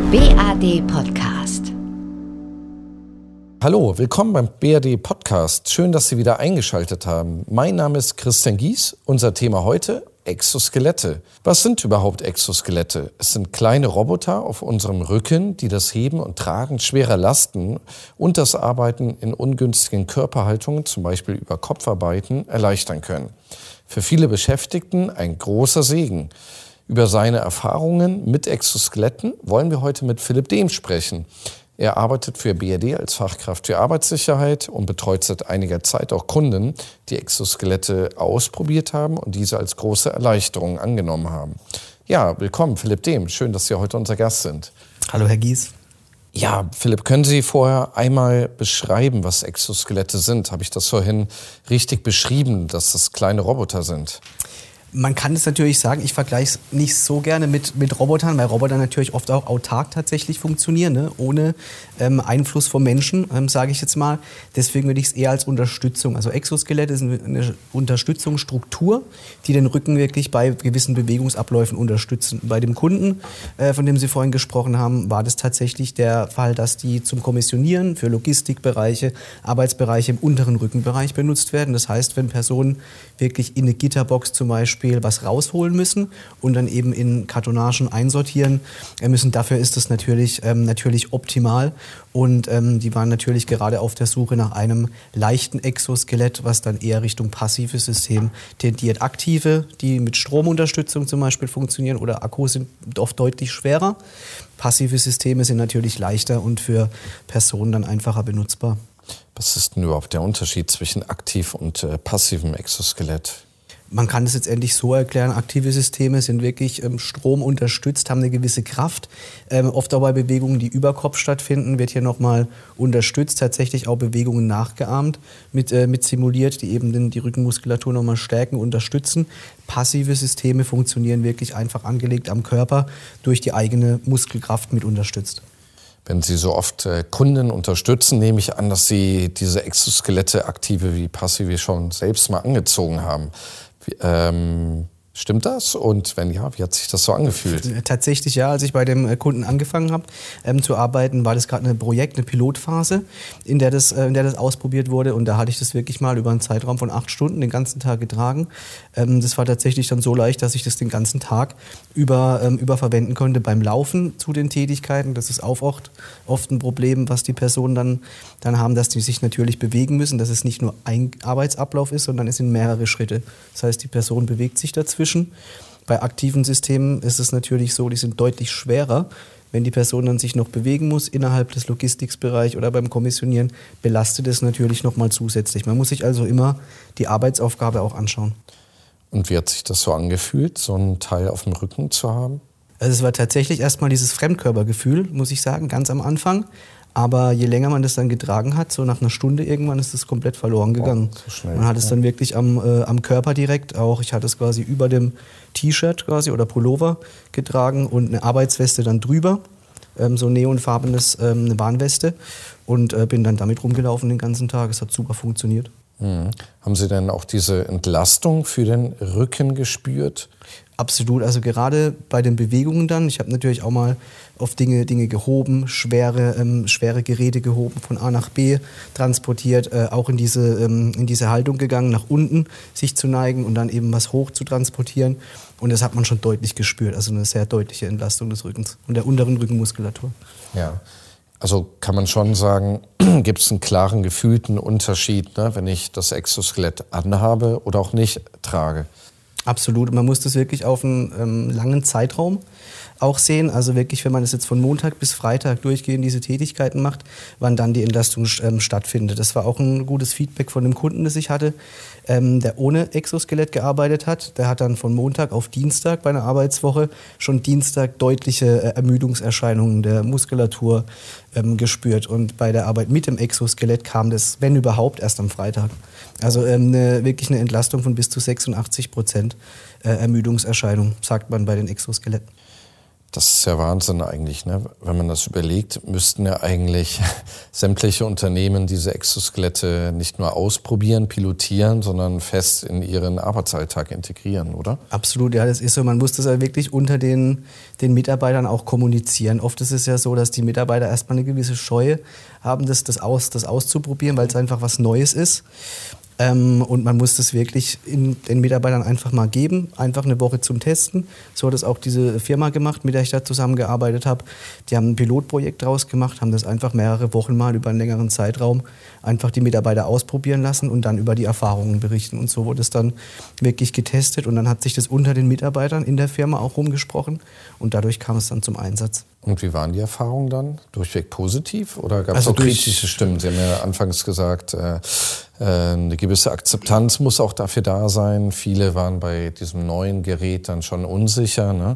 BAD Podcast. Hallo, willkommen beim BAD Podcast. Schön, dass Sie wieder eingeschaltet haben. Mein Name ist Christian Gies. Unser Thema heute: Exoskelette. Was sind überhaupt Exoskelette? Es sind kleine Roboter auf unserem Rücken, die das Heben und Tragen schwerer Lasten und das Arbeiten in ungünstigen Körperhaltungen, zum Beispiel über Kopfarbeiten, erleichtern können. Für viele Beschäftigten ein großer Segen. Über seine Erfahrungen mit Exoskeletten wollen wir heute mit Philipp Dehm sprechen. Er arbeitet für BAD als Fachkraft für Arbeitssicherheit und betreut seit einiger Zeit auch Kunden, die Exoskelette ausprobiert haben und diese als große Erleichterung angenommen haben. Ja, willkommen Philipp Dehm. Schön, dass Sie heute unser Gast sind. Hallo Herr Gies. Ja, Philipp, können Sie vorher einmal beschreiben, was Exoskelette sind? Habe ich das vorhin richtig beschrieben, dass das kleine Roboter sind? Man kann es natürlich sagen, ich vergleiche es nicht so gerne mit Robotern, weil Roboter natürlich oft auch autark tatsächlich funktionieren, ne? Ohne Einfluss vom Menschen, sage ich jetzt mal. Deswegen würde ich es eher als Unterstützung. Also Exoskelette sind eine Unterstützungsstruktur, die den Rücken wirklich bei gewissen Bewegungsabläufen unterstützen. Bei dem Kunden, von dem Sie vorhin gesprochen haben, war das tatsächlich der Fall, dass die zum Kommissionieren für Logistikbereiche, Arbeitsbereiche im unteren Rückenbereich benutzt werden. Das heißt, wenn Personen wirklich in eine Gitterbox zum Beispiel was rausholen müssen und dann eben in Kartonagen einsortieren müssen. Dafür ist das natürlich optimal. Und die waren natürlich gerade auf der Suche nach einem leichten Exoskelett, was dann eher Richtung passives System tendiert. Aktive, die mit Stromunterstützung zum Beispiel funktionieren oder Akkus sind oft deutlich schwerer. Passive Systeme sind natürlich leichter und für Personen dann einfacher benutzbar. Was ist denn überhaupt der Unterschied zwischen aktiv und passivem Exoskelett? Man kann es jetzt endlich so erklären, aktive Systeme sind wirklich stromunterstützt, haben eine gewisse Kraft. Oft auch bei Bewegungen, die über Kopf stattfinden, wird hier nochmal unterstützt, tatsächlich auch Bewegungen nachgeahmt, mit simuliert, die eben die Rückenmuskulatur nochmal stärken, unterstützen. Passive Systeme funktionieren wirklich einfach angelegt am Körper, durch die eigene Muskelkraft mit unterstützt. Wenn Sie so oft Kunden unterstützen, nehme ich an, dass Sie diese Exoskelette, aktive wie passive, schon selbst mal angezogen haben. Stimmt das? Und wenn ja, wie hat sich das so angefühlt? Tatsächlich ja, als ich bei dem Kunden angefangen habe zu arbeiten, war das gerade eine Pilotphase, in der das ausprobiert wurde. Und da hatte ich das wirklich mal über einen Zeitraum von 8 Stunden den ganzen Tag getragen. Das war tatsächlich dann so leicht, dass ich das den ganzen Tag über verwenden konnte beim Laufen zu den Tätigkeiten. Das ist auch oft ein Problem, was die Personen dann haben, dass die sich natürlich bewegen müssen, dass es nicht nur ein Arbeitsablauf ist, sondern es sind mehrere Schritte. Das heißt, die Person bewegt sich dazwischen. Bei aktiven Systemen ist es natürlich so, die sind deutlich schwerer. Wenn die Person dann sich noch bewegen muss innerhalb des Logistikbereichs oder beim Kommissionieren, belastet es natürlich nochmal zusätzlich. Man muss sich also immer die Arbeitsaufgabe auch anschauen. Und wie hat sich das so angefühlt, so ein Teil auf dem Rücken zu haben? Also es war tatsächlich erstmal dieses Fremdkörpergefühl, muss ich sagen, ganz am Anfang. Aber je länger man das dann getragen hat, so nach einer Stunde irgendwann ist das komplett verloren gegangen. So schnell, man hat es dann wirklich am Körper direkt, auch ich hatte es quasi über dem T-Shirt quasi oder Pullover getragen und eine Arbeitsweste dann drüber, so neonfarbenes eine Warnweste und bin dann damit rumgelaufen den ganzen Tag. Es hat super funktioniert. Mhm. Haben Sie denn auch diese Entlastung für den Rücken gespürt? Absolut, also gerade bei den Bewegungen dann. Ich habe natürlich auch mal oft Dinge gehoben, schwere Geräte gehoben, von A nach B transportiert, auch in diese Haltung gegangen, nach unten sich zu neigen und dann eben was hoch zu transportieren. Und das hat man schon deutlich gespürt, also eine sehr deutliche Entlastung des Rückens und der unteren Rückenmuskulatur. Ja, also kann man schon sagen, gibt es einen klaren, gefühlten Unterschied, ne, wenn ich das Exoskelett anhabe oder auch nicht trage? Absolut. Man muss das wirklich auf einen langen Zeitraum auch sehen. Also wirklich, wenn man das jetzt von Montag bis Freitag durchgehend diese Tätigkeiten macht, wann dann die Entlastung stattfindet. Das war auch ein gutes Feedback von dem Kunden, das ich hatte, der ohne Exoskelett gearbeitet hat. Der hat dann von Montag auf Dienstag bei einer Arbeitswoche schon Dienstag deutliche Ermüdungserscheinungen der Muskulatur gespürt. Und bei der Arbeit mit dem Exoskelett kam das, wenn überhaupt, erst am Freitag. Also wirklich eine Entlastung von bis zu 86% Ermüdungserscheinung, sagt man bei den Exoskeletten. Das ist ja Wahnsinn eigentlich, ne? Wenn man das überlegt, müssten ja eigentlich sämtliche Unternehmen diese Exoskelette nicht nur ausprobieren, pilotieren, sondern fest in ihren Arbeitsalltag integrieren, oder? Absolut, ja, das ist so. Man muss das ja wirklich unter den Mitarbeitern auch kommunizieren. Oft ist es ja so, dass die Mitarbeiter erstmal eine gewisse Scheu haben, das auszuprobieren, weil es einfach was Neues ist. Und man muss das wirklich den Mitarbeitern einfach mal geben, einfach eine Woche zum Testen. So hat es auch diese Firma gemacht, mit der ich da zusammengearbeitet habe. Die haben ein Pilotprojekt draus gemacht, haben das einfach mehrere Wochen mal über einen längeren Zeitraum einfach die Mitarbeiter ausprobieren lassen und dann über die Erfahrungen berichten. Und so wurde es dann wirklich getestet und dann hat sich das unter den Mitarbeitern in der Firma auch rumgesprochen und dadurch kam es dann zum Einsatz. Und wie waren die Erfahrungen dann? Durchweg positiv oder gab es auch kritische Stimmen? Sie haben ja anfangs gesagt, eine gewisse Akzeptanz muss auch dafür da sein. Viele waren bei diesem neuen Gerät dann schon unsicher, ne?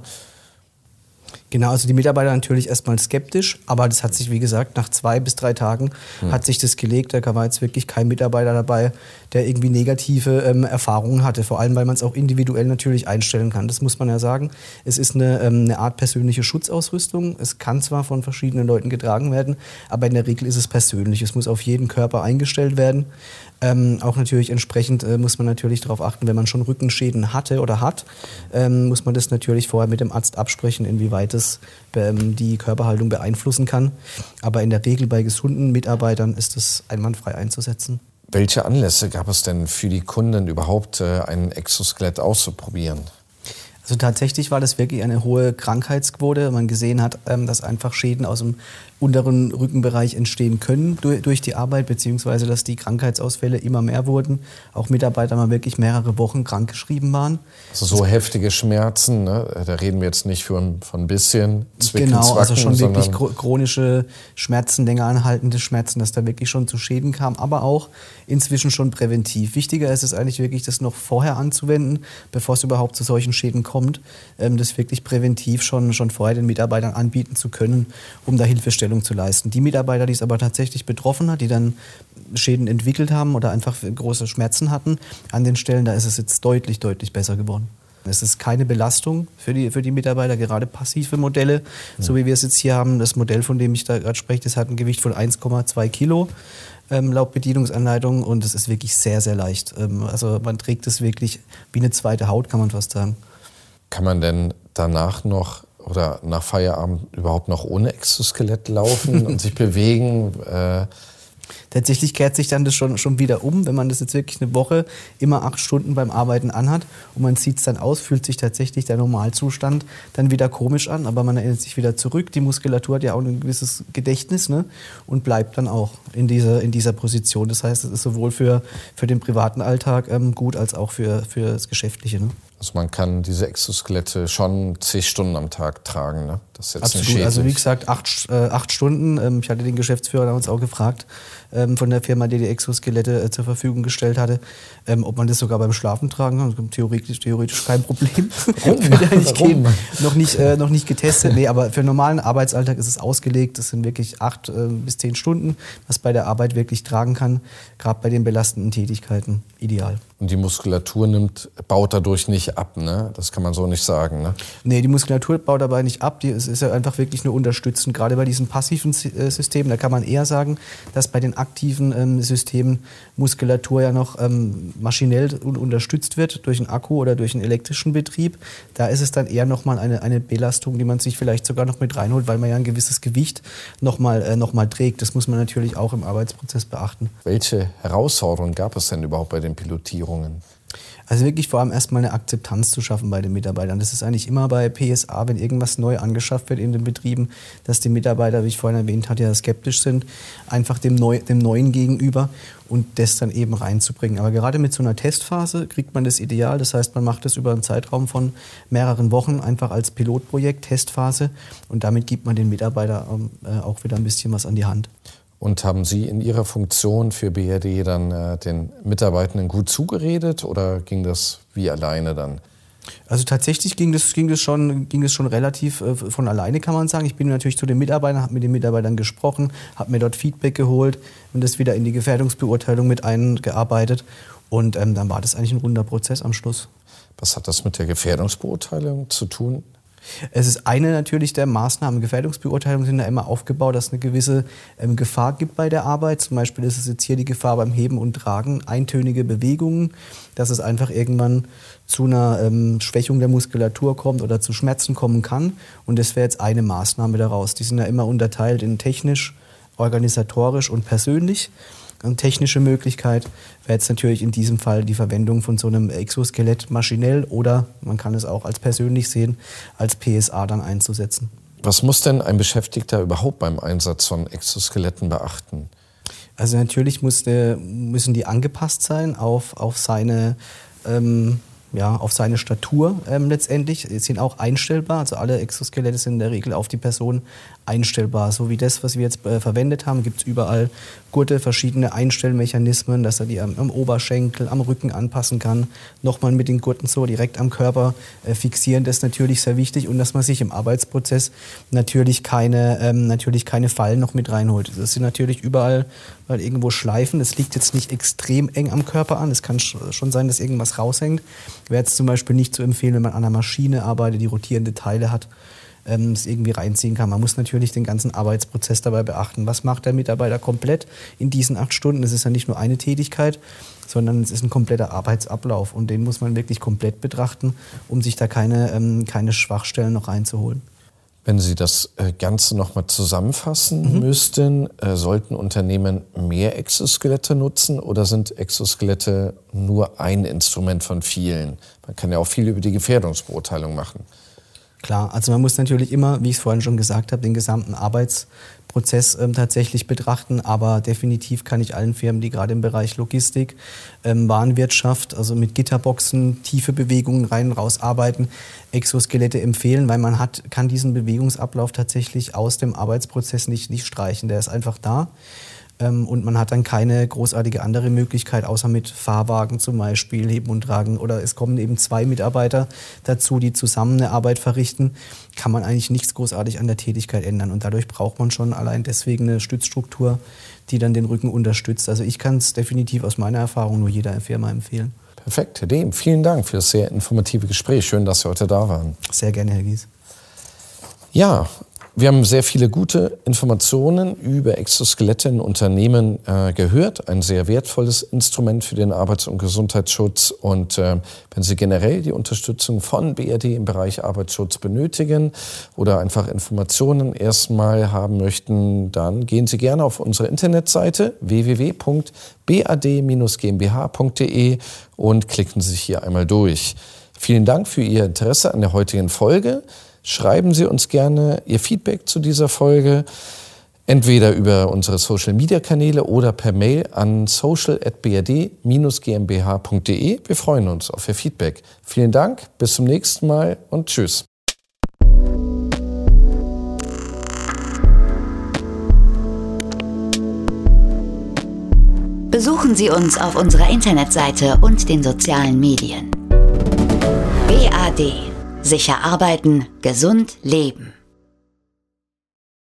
Genau, also die Mitarbeiter natürlich erstmal skeptisch, aber das hat sich, wie gesagt, nach 2 bis 3 Tagen hat sich das gelegt. Da war jetzt wirklich kein Mitarbeiter dabei, der irgendwie negative Erfahrungen hatte. Vor allem, weil man es auch individuell natürlich einstellen kann. Das muss man ja sagen. Es ist eine Art persönliche Schutzausrüstung. Es kann zwar von verschiedenen Leuten getragen werden, aber in der Regel ist es persönlich. Es muss auf jeden Körper eingestellt werden. Auch natürlich entsprechend muss man natürlich darauf achten, wenn man schon Rückenschäden hatte oder hat, muss man das natürlich vorher mit dem Arzt absprechen, inwieweit es die Körperhaltung beeinflussen kann. Aber in der Regel bei gesunden Mitarbeitern ist es einwandfrei einzusetzen. Welche Anlässe gab es denn für die Kunden überhaupt, ein Exoskelett auszuprobieren? Also tatsächlich war das wirklich eine hohe Krankheitsquote. Man gesehen hat, dass einfach Schäden aus dem unteren Rückenbereich entstehen können durch die Arbeit, beziehungsweise dass die Krankheitsausfälle immer mehr wurden. Auch Mitarbeiter mal wirklich mehrere Wochen krankgeschrieben waren. Also so heftige Schmerzen, ne? Da reden wir jetzt nicht von ein bisschen Zwicken, genau, Zwacken, also schon wirklich chronische Schmerzen, länger anhaltende Schmerzen, dass da wirklich schon zu Schäden kam, aber auch inzwischen schon präventiv. Wichtiger ist es eigentlich wirklich, das noch vorher anzuwenden, bevor es überhaupt zu solchen Schäden kommt, das wirklich präventiv schon vorher den Mitarbeitern anbieten zu können, um da Hilfestellung zu leisten. Die Mitarbeiter, die es aber tatsächlich betroffen hat, die dann Schäden entwickelt haben oder einfach große Schmerzen hatten, an den Stellen, da ist es jetzt deutlich, deutlich besser geworden. Es ist keine Belastung für die Mitarbeiter, gerade passive Modelle, so wie wir es jetzt hier haben. Das Modell, von dem ich da gerade spreche, das hat ein Gewicht von 1,2 Kilo laut Bedienungsanleitung und es ist wirklich sehr, sehr leicht. Also man trägt es wirklich wie eine zweite Haut, kann man fast sagen. Kann man denn danach noch oder nach Feierabend überhaupt noch ohne Exoskelett laufen und sich bewegen? Tatsächlich kehrt sich dann das schon wieder um, wenn man das jetzt wirklich eine Woche immer 8 Stunden beim Arbeiten anhat und man zieht es dann aus, fühlt sich tatsächlich der Normalzustand dann wieder komisch an, aber man erinnert sich wieder zurück. Die Muskulatur hat ja auch ein gewisses Gedächtnis, ne, und bleibt dann auch in dieser Position. Das heißt, es ist sowohl für den privaten Alltag gut als auch für das Geschäftliche. Ne? Also man kann diese Exoskelette schon 10 Stunden am Tag tragen, ne? Das ist jetzt absolut, nicht schädlich. Also wie gesagt, 8 Stunden. Ich hatte den Geschäftsführer damals auch gefragt, von der Firma, die Exoskelette zur Verfügung gestellt hatte, ob man das sogar beim Schlafen tragen kann. Theoretisch kein Problem. Würde eigentlich gehen. Noch nicht getestet. Nee, aber für einen normalen Arbeitsalltag ist es ausgelegt. Das sind wirklich 8 bis 10 Stunden, was bei der Arbeit wirklich tragen kann. Gerade bei den belastenden Tätigkeiten ideal. Und die Muskulatur baut dadurch nicht ab, ne? Das kann man so nicht sagen, ne? Nee, die Muskulatur baut dabei nicht ab. Es ist ja einfach wirklich nur unterstützend. Gerade bei diesen passiven Systemen, da kann man eher sagen, dass bei den aktiven Systemen Muskulatur ja noch maschinell unterstützt wird durch einen Akku oder durch einen elektrischen Betrieb. Da ist es dann eher nochmal eine Belastung, die man sich vielleicht sogar noch mit reinholt, weil man ja ein gewisses Gewicht nochmal trägt. Das muss man natürlich auch im Arbeitsprozess beachten. Welche Herausforderungen gab es denn überhaupt bei den Pilotierungen? Also wirklich vor allem erstmal eine Akzeptanz zu schaffen bei den Mitarbeitern. Das ist eigentlich immer bei PSA, wenn irgendwas neu angeschafft wird in den Betrieben, dass die Mitarbeiter, wie ich vorhin erwähnt hatte, ja skeptisch sind, einfach dem Neuen gegenüber und das dann eben reinzubringen. Aber gerade mit so einer Testphase kriegt man das ideal. Das heißt, man macht das über einen Zeitraum von mehreren Wochen einfach als Pilotprojekt, Testphase und damit gibt man den Mitarbeitern auch wieder ein bisschen was an die Hand. Und haben Sie in Ihrer Funktion für BRD dann den Mitarbeitenden gut zugeredet oder ging das wie alleine dann? Also tatsächlich ging das schon relativ von alleine, kann man sagen. Ich bin natürlich zu den Mitarbeitern, habe mit den Mitarbeitern gesprochen, habe mir dort Feedback geholt und das wieder in die Gefährdungsbeurteilung mit eingearbeitet. Und dann war das eigentlich ein runder Prozess am Schluss. Was hat das mit der Gefährdungsbeurteilung zu tun? Es ist eine natürlich der Maßnahmen. Gefährdungsbeurteilungen sind da immer aufgebaut, dass es eine gewisse Gefahr gibt bei der Arbeit. Zum Beispiel ist es jetzt hier die Gefahr beim Heben und Tragen, eintönige Bewegungen, dass es einfach irgendwann zu einer Schwächung der Muskulatur kommt oder zu Schmerzen kommen kann. Und das wäre jetzt eine Maßnahme daraus. Die sind ja immer unterteilt in technisch, organisatorisch und persönlich. Eine technische Möglichkeit wäre jetzt natürlich in diesem Fall die Verwendung von so einem Exoskelett maschinell oder man kann es auch als persönlich sehen, als PSA dann einzusetzen. Was muss denn ein Beschäftigter überhaupt beim Einsatz von Exoskeletten beachten? Also natürlich müssen die angepasst sein auf seine Statur letztendlich. Sie sind auch einstellbar, also alle Exoskelette sind in der Regel auf die Person einstellbar. So wie das, was wir jetzt verwendet haben, gibt es überall Gurte, verschiedene Einstellmechanismen, dass er die am Oberschenkel, am Rücken anpassen kann. Nochmal mit den Gurten so direkt am Körper fixieren, das ist natürlich sehr wichtig. Und dass man sich im Arbeitsprozess natürlich keine Fallen noch mit reinholt. Das sind natürlich überall mal irgendwo Schleifen. Das liegt jetzt nicht extrem eng am Körper an. Es kann schon sein, dass irgendwas raushängt. Wäre jetzt zum Beispiel nicht zu empfehlen, wenn man an einer Maschine arbeitet, die rotierende Teile hat, es irgendwie reinziehen kann. Man muss natürlich den ganzen Arbeitsprozess dabei beachten. Was macht der Mitarbeiter komplett in diesen 8 Stunden? Es ist ja nicht nur eine Tätigkeit, sondern es ist ein kompletter Arbeitsablauf und den muss man wirklich komplett betrachten, um sich da keine Schwachstellen noch reinzuholen. Wenn Sie das Ganze nochmal zusammenfassen müssten, sollten Unternehmen mehr Exoskelette nutzen oder sind Exoskelette nur ein Instrument von vielen? Man kann ja auch viel über die Gefährdungsbeurteilung machen. Klar, also man muss natürlich immer, wie ich es vorhin schon gesagt habe, den gesamten Arbeitsprozess tatsächlich betrachten, aber definitiv kann ich allen Firmen, die gerade im Bereich Logistik, Warenwirtschaft, also mit Gitterboxen, tiefe Bewegungen rein und raus arbeiten, Exoskelette empfehlen, weil man kann diesen Bewegungsablauf tatsächlich aus dem Arbeitsprozess nicht streichen, der ist einfach da. Und man hat dann keine großartige andere Möglichkeit, außer mit Fahrwagen zum Beispiel, Heben und Tragen. Oder es kommen eben 2 Mitarbeiter dazu, die zusammen eine Arbeit verrichten. Kann man eigentlich nichts großartig an der Tätigkeit ändern. Und dadurch braucht man schon allein deswegen eine Stützstruktur, die dann den Rücken unterstützt. Also ich kann es definitiv aus meiner Erfahrung nur jeder Firma empfehlen. Perfekt, Herr Dehm. Vielen Dank für das sehr informative Gespräch. Schön, dass Sie heute da waren. Sehr gerne, Herr Gies. Ja, wir haben sehr viele gute Informationen über Exoskelette in Unternehmen gehört. Ein sehr wertvolles Instrument für den Arbeits- und Gesundheitsschutz. Und wenn Sie generell die Unterstützung von BRD im Bereich Arbeitsschutz benötigen oder einfach Informationen erstmal haben möchten, dann gehen Sie gerne auf unsere Internetseite www.bad-gmbh.de und klicken Sie sich hier einmal durch. Vielen Dank für Ihr Interesse an der heutigen Folge. Schreiben Sie uns gerne Ihr Feedback zu dieser Folge, entweder über unsere Social-Media-Kanäle oder per Mail an social@brd-gmbh.de. Wir freuen uns auf Ihr Feedback. Vielen Dank, bis zum nächsten Mal und tschüss. Besuchen Sie uns auf unserer Internetseite und den sozialen Medien. BAD. Sicher arbeiten, gesund leben.